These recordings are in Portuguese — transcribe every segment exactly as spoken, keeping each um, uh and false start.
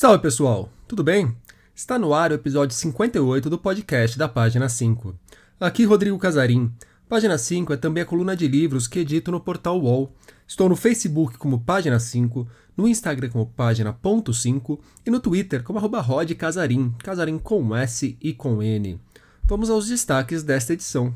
Salve pessoal, tudo bem? Está no ar o episódio cinquenta e oito do podcast da Página cinco. Aqui Rodrigo Casarim. Página cinco é também a coluna de livros que edito no portal U O L. Estou no Facebook como Página cinco, no Instagram como Página ponto cinco e no Twitter como arroba Rod Casarim, Casarim com S e com N. Vamos aos destaques desta edição.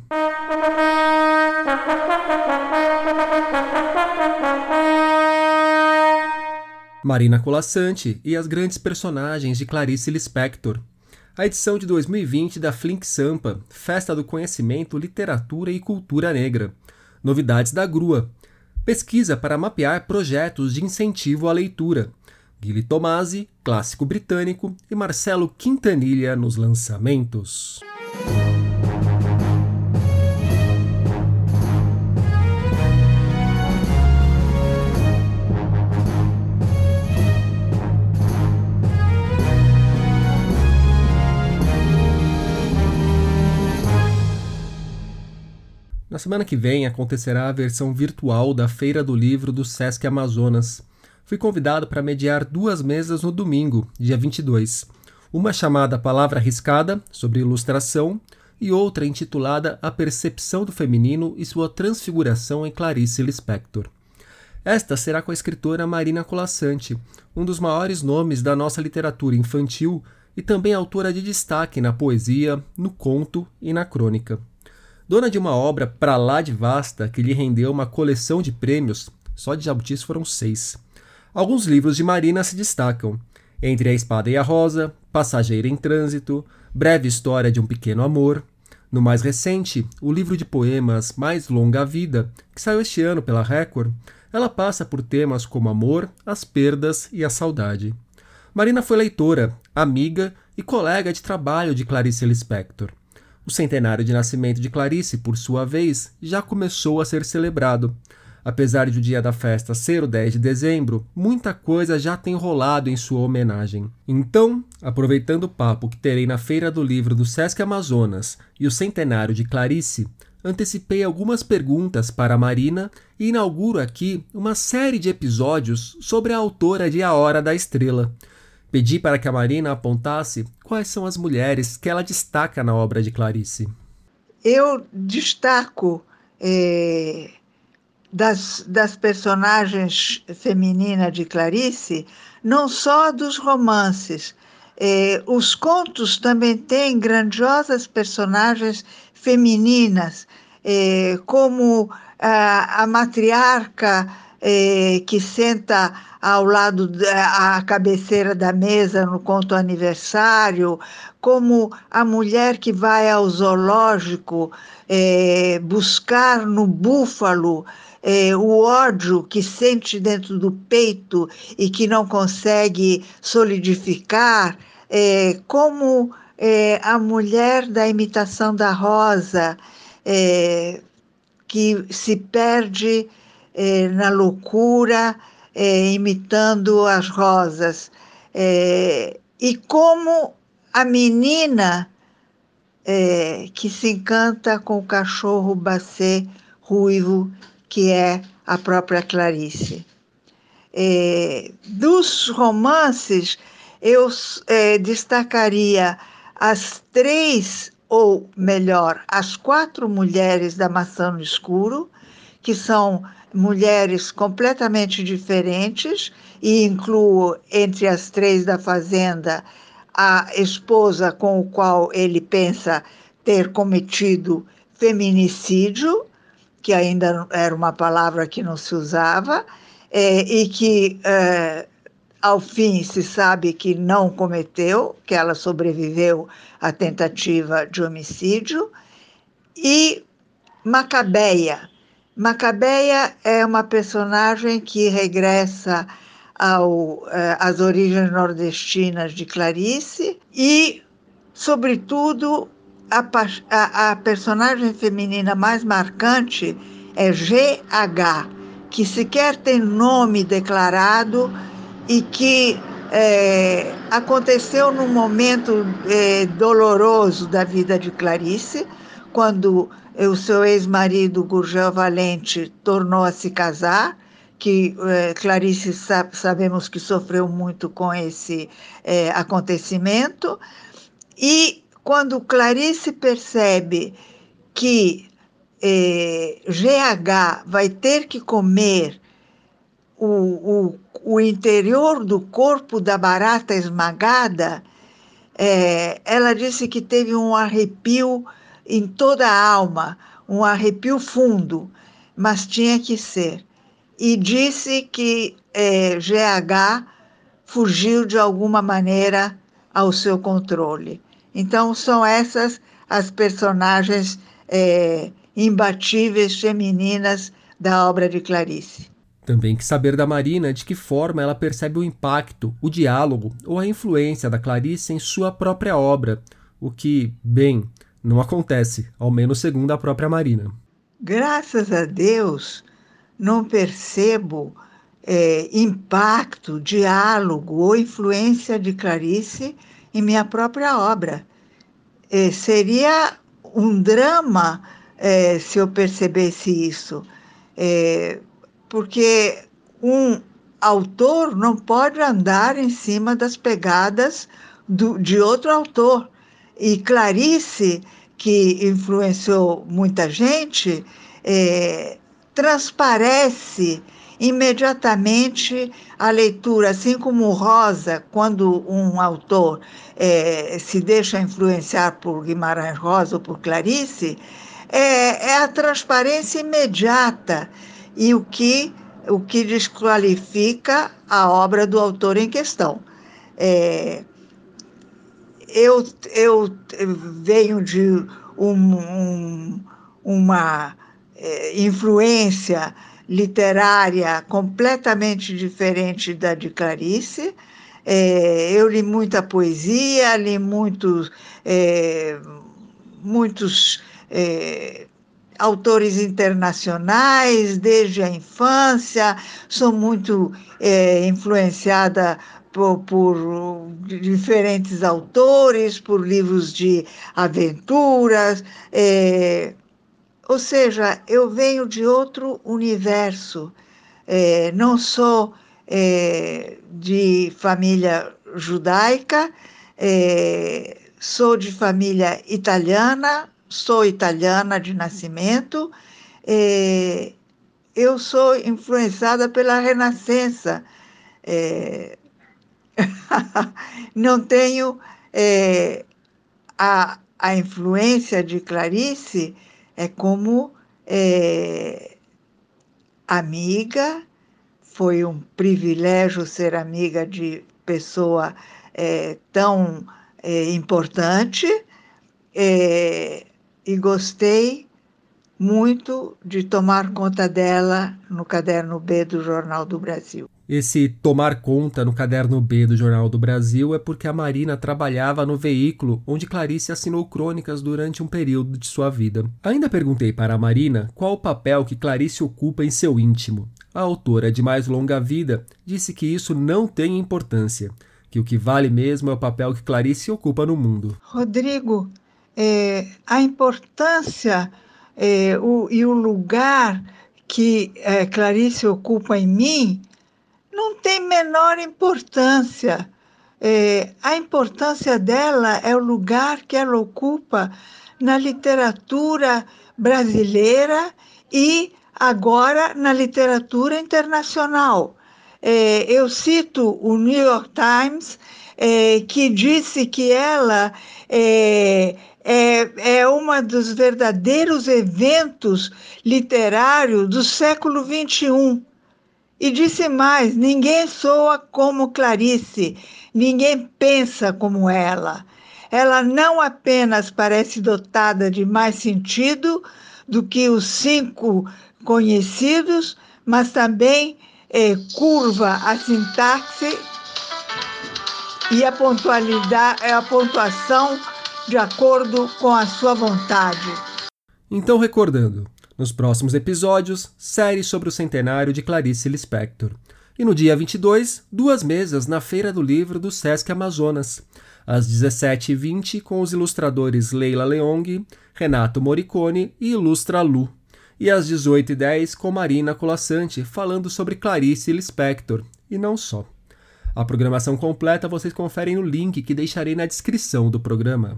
Marina Colasanti e as grandes personagens de Clarice Lispector. A edição de dois mil e vinte da Flink Sampa, Festa do Conhecimento, Literatura e Cultura Negra. Novidades da Grua. Pesquisa para mapear projetos de incentivo à leitura. Guilherme Tomasi, clássico britânico, e Marcelo Quintanilha nos lançamentos. Na semana que vem acontecerá a versão virtual da Feira do Livro do Sesc Amazonas. Fui convidado para mediar duas mesas no domingo, dia vinte e dois. Uma chamada Palavra Arriscada, sobre ilustração, e outra intitulada A Percepção do Feminino e Sua Transfiguração em Clarice Lispector. Esta será com a escritora Marina Colasanti, um dos maiores nomes da nossa literatura infantil e também autora de destaque na poesia, no conto e na crônica. Dona de uma obra pra lá de vasta que lhe rendeu uma coleção de prêmios, só de jabutis foram seis. Alguns livros de Marina se destacam: Entre a Espada e a Rosa, Passageira em Trânsito, Breve História de um Pequeno Amor. No mais recente, o livro de poemas Mais Longa a Vida, que saiu este ano pela Record, ela passa por temas como amor, as perdas e a saudade. Marina foi leitora, amiga e colega de trabalho de Clarice Lispector. O centenário de nascimento de Clarice, por sua vez, já começou a ser celebrado. Apesar de o dia da festa ser o dez de dezembro, muita coisa já tem rolado em sua homenagem. Então, aproveitando o papo que terei na Feira do Livro do Sesc Amazonas e o centenário de Clarice, antecipei algumas perguntas para a Marina e inauguro aqui uma série de episódios sobre a autora de A Hora da Estrela. Pedi para que a Marina apontasse quais são as mulheres que ela destaca na obra de Clarice. Eu destaco é, das, das personagens femininas de Clarice, não só dos romances. É, os contos também têm grandiosas personagens femininas, é, como a, a matriarca é, que senta ao lado da cabeceira da mesa no conto Aniversário, como a mulher que vai ao zoológico é, buscar no búfalo é, o ódio que sente dentro do peito e que não consegue solidificar, é, como é, a mulher da Imitação da Rosa, é, que se perde é, na loucura, É, imitando as rosas, é, e como a menina é, que se encanta com o cachorro bacê ruivo, que é a própria Clarice. É, dos romances, eu é, destacaria as três, ou melhor, as quatro mulheres da Maçã no Escuro, que são mulheres completamente diferentes, e incluo entre as três da Fazenda a esposa com o qual ele pensa ter cometido feminicídio, que ainda era uma palavra que não se usava, é, e que, é, ao fim, se sabe que não cometeu, que ela sobreviveu à tentativa de homicídio, e Macabeia. Macabeia é uma personagem que regressa ao, eh, às origens nordestinas de Clarice e, sobretudo, a, a, a personagem feminina mais marcante é G H, que sequer tem nome declarado e que eh, aconteceu num momento eh, doloroso da vida de Clarice, quando o seu ex-marido, Gurgel Valente, tornou a se casar, que é, Clarice sa- sabemos que sofreu muito com esse é, acontecimento, e quando Clarice percebe que é, G H vai ter que comer o, o, o interior do corpo da barata esmagada, é, ela disse que teve um arrepio em toda a alma, um arrepio fundo, mas tinha que ser. E disse que é, G H fugiu de alguma maneira ao seu controle. Então, são essas as personagens é, imbatíveis femininas da obra de Clarice. Também quis saber da Marina de que forma ela percebe o impacto, o diálogo ou a influência da Clarice em sua própria obra, o que, bem, não acontece, ao menos segundo a própria Marina. Graças a Deus, não percebo é, impacto, diálogo ou influência de Clarice em minha própria obra. É, seria um drama é, se eu percebesse isso, é, porque um autor não pode andar em cima das pegadas do, de outro autor. E Clarice, que influenciou muita gente, é, transparece imediatamente a leitura, assim como Rosa, quando um autor é, se deixa influenciar por Guimarães Rosa ou por Clarice, é, é a transparência imediata e o que, o que desqualifica a obra do autor em questão. É, eu, eu venho de um, um, uma é, influência literária completamente diferente da de Clarice. É, eu li muita poesia, li muitos, é, muitos é, autores internacionais desde a infância, sou muito é, influenciada por, por diferentes autores, por livros de aventuras, é, ou seja, eu venho de outro universo, é, não sou é, de família judaica, é, sou de família italiana, sou italiana de nascimento, é, eu sou influenciada pela Renascença, é, não tenho é, a, a influência de Clarice é como é, amiga, foi um privilégio ser amiga de pessoa é, tão é, importante, é, e gostei muito de tomar conta dela no Caderno B do Jornal do Brasil. Esse tomar conta no Caderno B do Jornal do Brasil é porque a Marina trabalhava no veículo onde Clarice assinou crônicas durante um período de sua vida. Ainda perguntei para a Marina qual o papel que Clarice ocupa em seu íntimo. A autora de Mais Longa Vida disse que isso não tem importância, que o que vale mesmo é o papel que Clarice ocupa no mundo. Rodrigo, é, a importância é, o, e o lugar que é, Clarice ocupa em mim não tem menor importância. É, a importância dela é o lugar que ela ocupa na literatura brasileira e agora na literatura internacional. É, eu cito o New York Times, é, que disse que ela é, é, é um dos verdadeiros eventos literários do século vinte e um. E disse mais: ninguém soa como Clarice, ninguém pensa como ela. Ela não apenas parece dotada de mais sentido do que os cinco conhecidos, mas também é, curva a sintaxe e a pontualidade, a pontuação de acordo com a sua vontade. Então, recordando, nos próximos episódios, série sobre o centenário de Clarice Lispector. E no dia vinte e dois, duas mesas na Feira do Livro do Sesc Amazonas. Às dezessete e vinte, com os ilustradores Leila Leong, Renato Morricone e Ilustra Lu. e às dezoito e dez com Marina Colasanti falando sobre Clarice Lispector, e não só. A programação completa vocês conferem no link que deixarei na descrição do programa.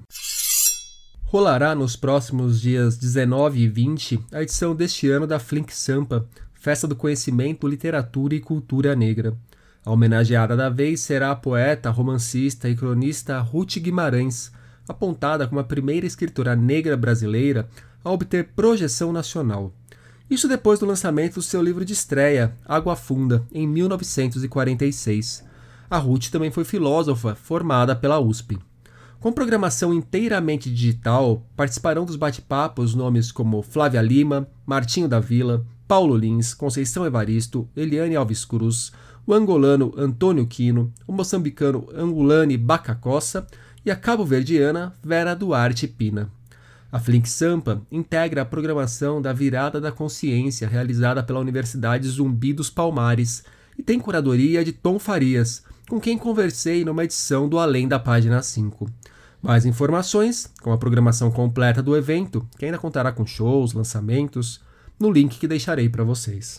Rolará nos próximos dias dezenove e vinte a edição deste ano da Flink Sampa, Festa do Conhecimento, Literatura e Cultura Negra. A homenageada da vez será a poeta, romancista e cronista Ruth Guimarães, apontada como a primeira escritora negra brasileira a obter projeção nacional. Isso depois do lançamento do seu livro de estreia, Água Funda, em mil novecentos e quarenta e seis. A Ruth também foi filósofa, formada pela U S P. Com programação inteiramente digital, participarão dos bate-papos nomes como Flávia Lima, Martinho da Vila, Paulo Lins, Conceição Evaristo, Eliane Alves Cruz, o angolano Antônio Quino, o moçambicano Angulane Bacacossa e a cabo-verdiana Vera Duarte Pina. A Flink Sampa integra a programação da Virada da Consciência, realizada pela Universidade Zumbi dos Palmares, e tem curadoria de Tom Farias, com quem conversei numa edição do Além da Página cinco. Mais informações, com a programação completa do evento, que ainda contará com shows, lançamentos, no link que deixarei para vocês.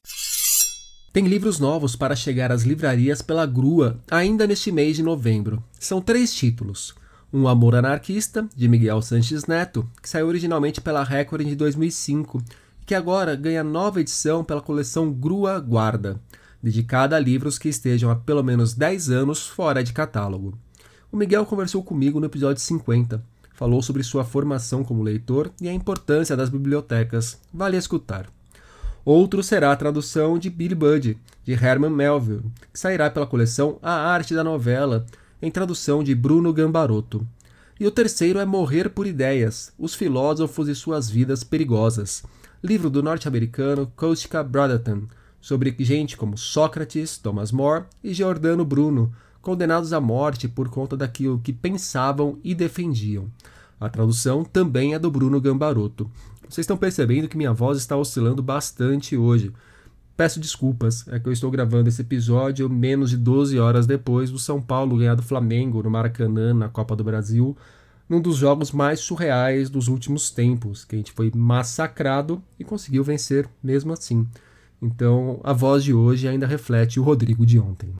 Tem livros novos para chegar às livrarias pela Grua, ainda neste mês de novembro. São três títulos. Um Amor Anarquista, de Miguel Sanches Neto, que saiu originalmente pela Record em dois mil e cinco, e que agora ganha nova edição pela coleção Grua Guarda, dedicada a livros que estejam há pelo menos dez anos fora de catálogo. O Miguel conversou comigo no episódio cinquenta, falou sobre sua formação como leitor e a importância das bibliotecas. Vale escutar. Outro será a tradução de Billy Budd, de Herman Melville, que sairá pela coleção A Arte da Novela, em tradução de Bruno Gambarotto. E o terceiro é Morrer por Ideias, Os Filósofos e Suas Vidas Perigosas, livro do norte-americano Kostka Brotherton, sobre gente como Sócrates, Thomas More e Giordano Bruno, condenados à morte por conta daquilo que pensavam e defendiam. A tradução também é do Bruno Gambarotto. Vocês estão percebendo que minha voz está oscilando bastante hoje. Peço desculpas, é que eu estou gravando esse episódio menos de doze horas depois do São Paulo ganhar do Flamengo no Maracanã, na Copa do Brasil, num dos jogos mais surreais dos últimos tempos, que a gente foi massacrado e conseguiu vencer mesmo assim. Então, a voz de hoje ainda reflete o Rodrigo de ontem.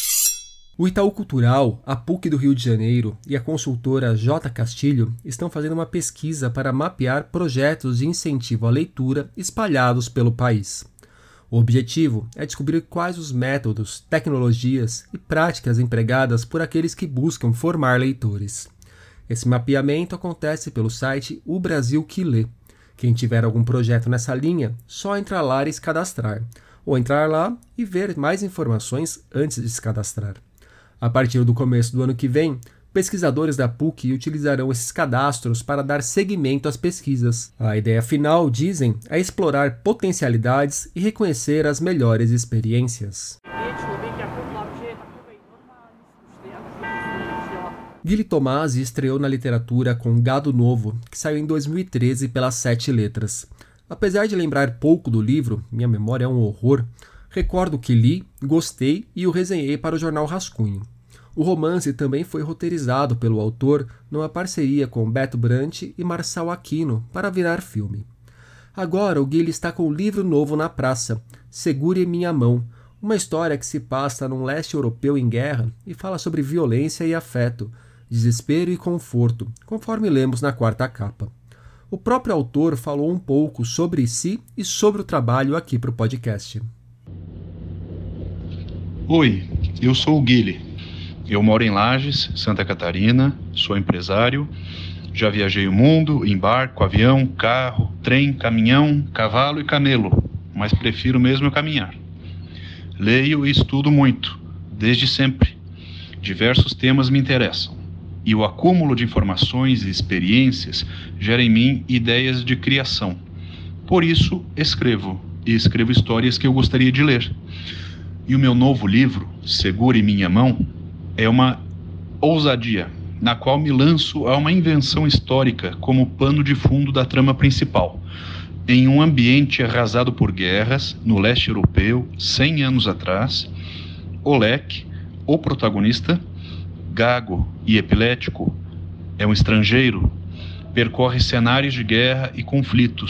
O Itaú Cultural, a P U C do Rio de Janeiro e a consultora J. Castilho estão fazendo uma pesquisa para mapear projetos de incentivo à leitura espalhados pelo país. O objetivo é descobrir quais os métodos, tecnologias e práticas empregadas por aqueles que buscam formar leitores. Esse mapeamento acontece pelo site O Brasil que Lê. Quem tiver algum projeto nessa linha, só entrar lá e se cadastrar, ou entrar lá e ver mais informações antes de se cadastrar. A partir do começo do ano que vem, pesquisadores da P U C utilizarão esses cadastros para dar seguimento às pesquisas. A ideia final, dizem, é explorar potencialidades e reconhecer as melhores experiências. Guilherme Tomasi estreou na literatura com Gado Novo, que saiu em dois mil e treze pelas Sete Letras. Apesar de lembrar pouco do livro, minha memória é um horror, recordo que li, gostei e o resenhei para o jornal Rascunho. O romance também foi roteirizado pelo autor numa parceria com Beto Brant e Marçal Aquino para virar filme. Agora o Guilherme está com um livro novo na praça, Segure Minha Mão, uma história que se passa num leste europeu em guerra e fala sobre violência e afeto, desespero e conforto, conforme lemos na quarta capa. O próprio autor falou um pouco sobre si e sobre o trabalho aqui para o podcast. Oi, eu sou o Guilherme. Eu moro em Lages, Santa Catarina, sou empresário, já viajei o mundo em barco, avião, carro, trem, caminhão, cavalo e camelo, mas prefiro mesmo caminhar. Leio e estudo muito, desde sempre. Diversos temas me interessam, e o acúmulo de informações e experiências gera em mim ideias de criação. Por isso, escrevo, e escrevo histórias que eu gostaria de ler. E o meu novo livro, Segure Minha Mão, é uma ousadia, na qual me lanço a uma invenção histórica como pano de fundo da trama principal. Em um ambiente arrasado por guerras, no leste europeu, cem anos atrás, Oleg, o protagonista, gago e epilético, é um estrangeiro, percorre cenários de guerra e conflitos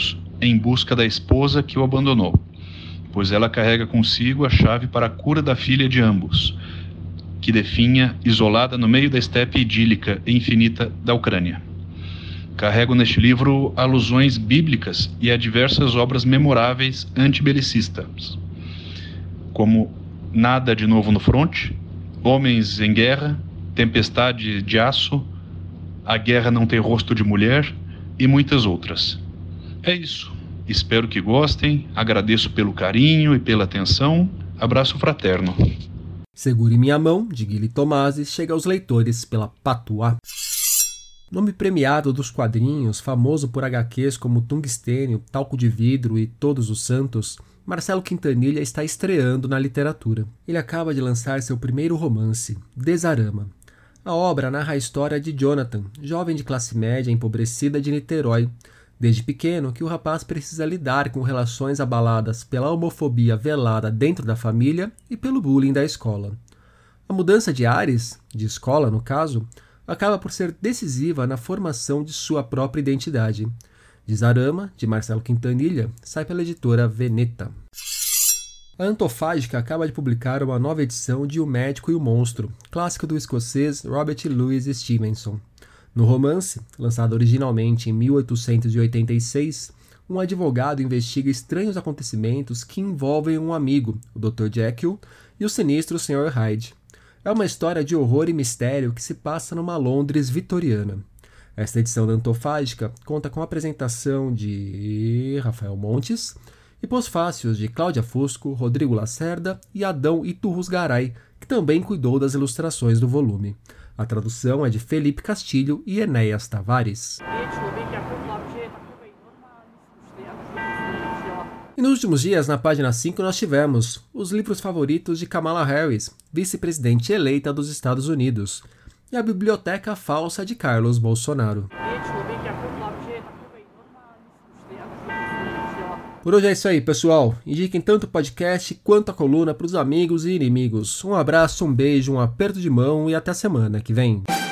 em busca da esposa que o abandonou, pois ela carrega consigo a chave para a cura da filha de ambos, que definha isolada no meio da estepe idílica e infinita da Ucrânia. Carrego neste livro alusões bíblicas e a diversas obras memoráveis antibelicistas, como Nada de Novo no Fronte, Homens em Guerra, Tempestade de Aço, A Guerra Não Tem Rosto de Mulher e muitas outras. É isso. Espero que gostem, agradeço pelo carinho e pela atenção. Abraço fraterno. Segure Minha Mão, de Guilherme Tomasi, chega aos leitores pela Patuá. Nome premiado dos quadrinhos, famoso por agá quês como Tungstênio, Talco de Vidro e Todos os Santos, Marcelo Quintanilha está estreando na literatura. Ele acaba de lançar seu primeiro romance, Desarama. A obra narra a história de Jonathan, jovem de classe média empobrecida de Niterói. Desde pequeno que o rapaz precisa lidar com relações abaladas pela homofobia velada dentro da família e pelo bullying da escola. A mudança de ares, de escola no caso, acaba por ser decisiva na formação de sua própria identidade. Desarama, de Marcelo Quintanilha, sai pela editora Veneta. A Antofágica acaba de publicar uma nova edição de O Médico e o Monstro, clássico do escocês Robert Louis Stevenson. No romance, lançado originalmente em mil oitocentos e oitenta e seis, um advogado investiga estranhos acontecimentos que envolvem um amigo, o doutor Jekyll, e o sinistro senhor Hyde. É uma história de horror e mistério que se passa numa Londres vitoriana. Esta edição da Antofágica conta com a apresentação de Rafael Montes e pós-fácios de Cláudia Fusco, Rodrigo Lacerda e Adão Iturrusgaray, que também cuidou das ilustrações do volume. A tradução é de Felipe Castilho e Enéas Tavares. E nos últimos dias, na página cinco, nós tivemos os livros favoritos de Kamala Harris, vice-presidente eleita dos Estados Unidos, e a biblioteca falsa de Carlos Bolsonaro. Por hoje é isso aí, pessoal. Indiquem tanto o podcast quanto a coluna para os amigos e inimigos. Um abraço, um beijo, um aperto de mão e até a semana que vem.